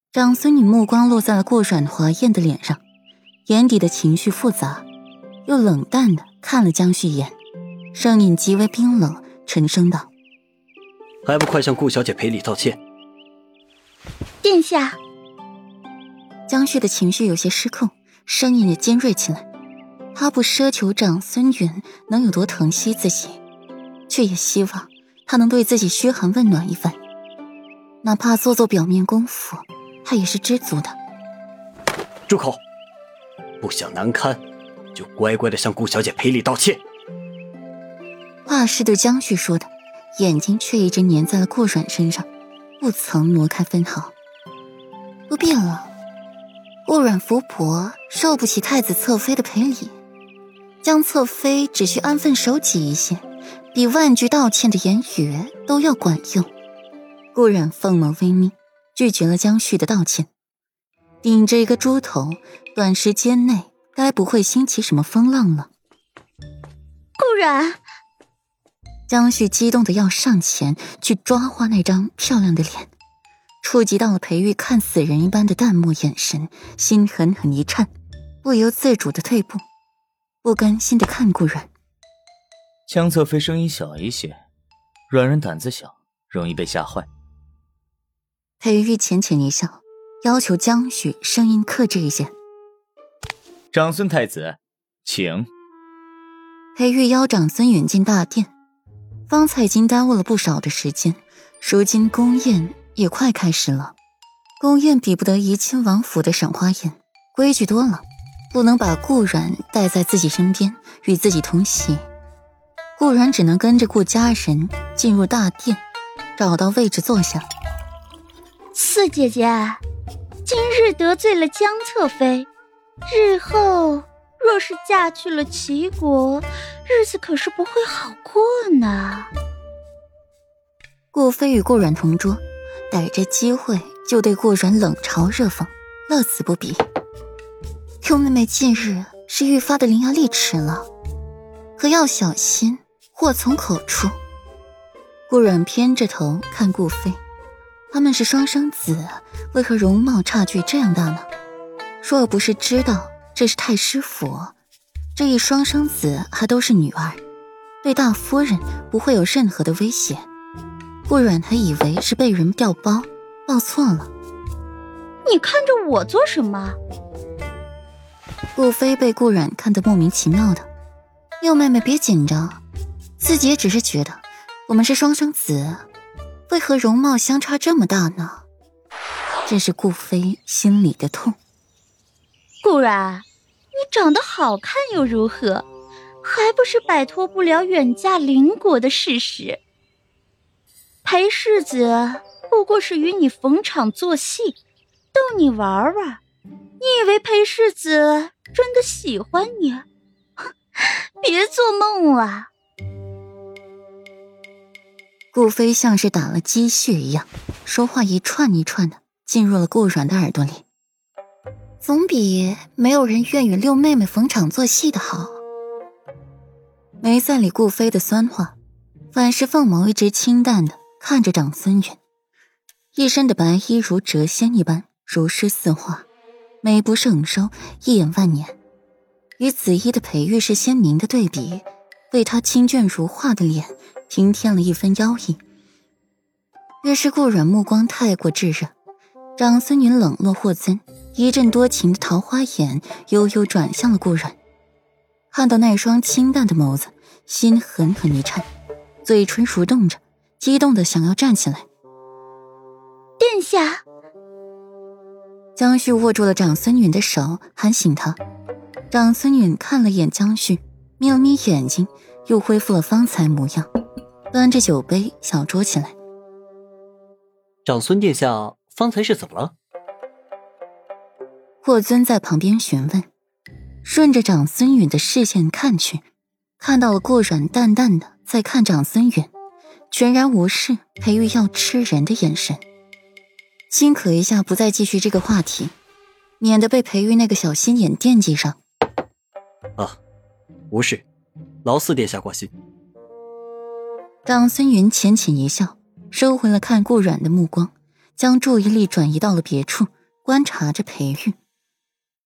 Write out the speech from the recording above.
长孙女目光落在了顾阮华艳的脸上，眼底的情绪复杂，又冷淡地看了江旭一眼，声音极为冰冷，沉声道： 还不快向顾小姐赔礼道歉。 殿下。 江旭的情绪有些失控，声音也尖锐起来。他不奢求长孙允能有多疼惜自己，却也希望他能对自己嘘寒问暖一番，哪怕做表面功夫，他也是知足的。 住口！不想难堪，就乖乖的向顾小姐赔礼道歉。 话是对江旭说的，眼睛却一直粘在了顾阮身上，不曾挪开分毫。不必了，顾阮福薄，受不起太子侧妃的赔礼。江侧妃只需安分守己一些，比万句道歉的言语都要管用。顾阮凤眸微眯，拒绝了江旭的道歉。顶着一个猪头，短时间内该不会兴起什么风浪了。 顾阮！ 江旭激动的要上前去抓花那张漂亮的脸，触及到了裴玉看死人一般的淡漠眼神，心狠狠一颤，不由自主的退步，不甘心的看顾阮。 江侧妃声音小一些，阮人胆子小，容易被吓坏。 裴玉浅浅一笑，要求江旭声音克制一些。 长孙太子，请。 裴玉邀长孙远进大殿，方才已经耽误了不少的时间，如今宫宴也快开始了。宫宴比不得怡亲王府的赏花宴，规矩多了，不能把顾阮带在自己身边与自己同席。顾阮只能跟着顾家人进入大殿，找到位置坐下。 四姐姐，今日得罪了江侧妃，日后若是嫁去了齐国，日子可是不会好过呢。 顾妃与顾阮同桌，逮着机会就对顾阮冷嘲热讽，乐此不疲。六妹妹近日是愈发的伶牙俐齿了，可要小心，祸从口出。顾阮偏着头看顾妃，他们是双生子，为何容貌差距这样大呢？若不是知道这是太师府，这一双生子还都是女儿，对大夫人不会有任何的威胁。顾阮还以为是被人调包，报错了。 你看着我做什么？ 顾妃被顾阮看得莫名其妙的。六妹妹别紧张，自己也只是觉得我们是双生子，为何容貌相差这么大呢？这是顾妃心里的痛。 顾阮，你长得好看又如何？还不是摆脱不了远嫁邻国的事实。裴世子不过是与你逢场作戏，逗你玩玩。你以为裴世子真的喜欢你？别做梦了。 顾妃像是打了鸡血一样，说话一串一串的进入了顾阮的耳朵里。总比没有人愿与六妹妹逢场作戏的好。没再理顾妃的酸话，反是凤眸一直清淡的看着长孙允，一身的白衣如谪仙一般，如诗似画，美不胜收，一眼万年。与紫衣的裴玉是鲜明的对比，为他清隽如画的脸平添了一分妖异。越是顾阮目光太过炙热，长孙允冷落霍尊，一阵多情的桃花眼悠悠转向了顾阮。看到那双清淡的眸子，心狠狠一颤，嘴唇蠕动着，激动的想要站起来。 殿下！ 江旭握住了长孙允的手，喊醒他。长孙允看了眼江旭，眯了眯眼睛，又恢复了方才模样，端着酒杯小酌起来。 长孙殿下方才是怎么了？ 霍尊在旁边询问，顺着长孙允的视线看去，看到了顾阮淡淡的在看长孙允，全然无视裴玉要吃人的眼神。轻咳一下，不再继续这个话题，免得被裴玉那个小心眼惦记上。 啊，无事，劳四殿下挂心。 长孙云浅浅一笑，收回了看顾阮的目光，将注意力转移到了别处， 观察着裴玉。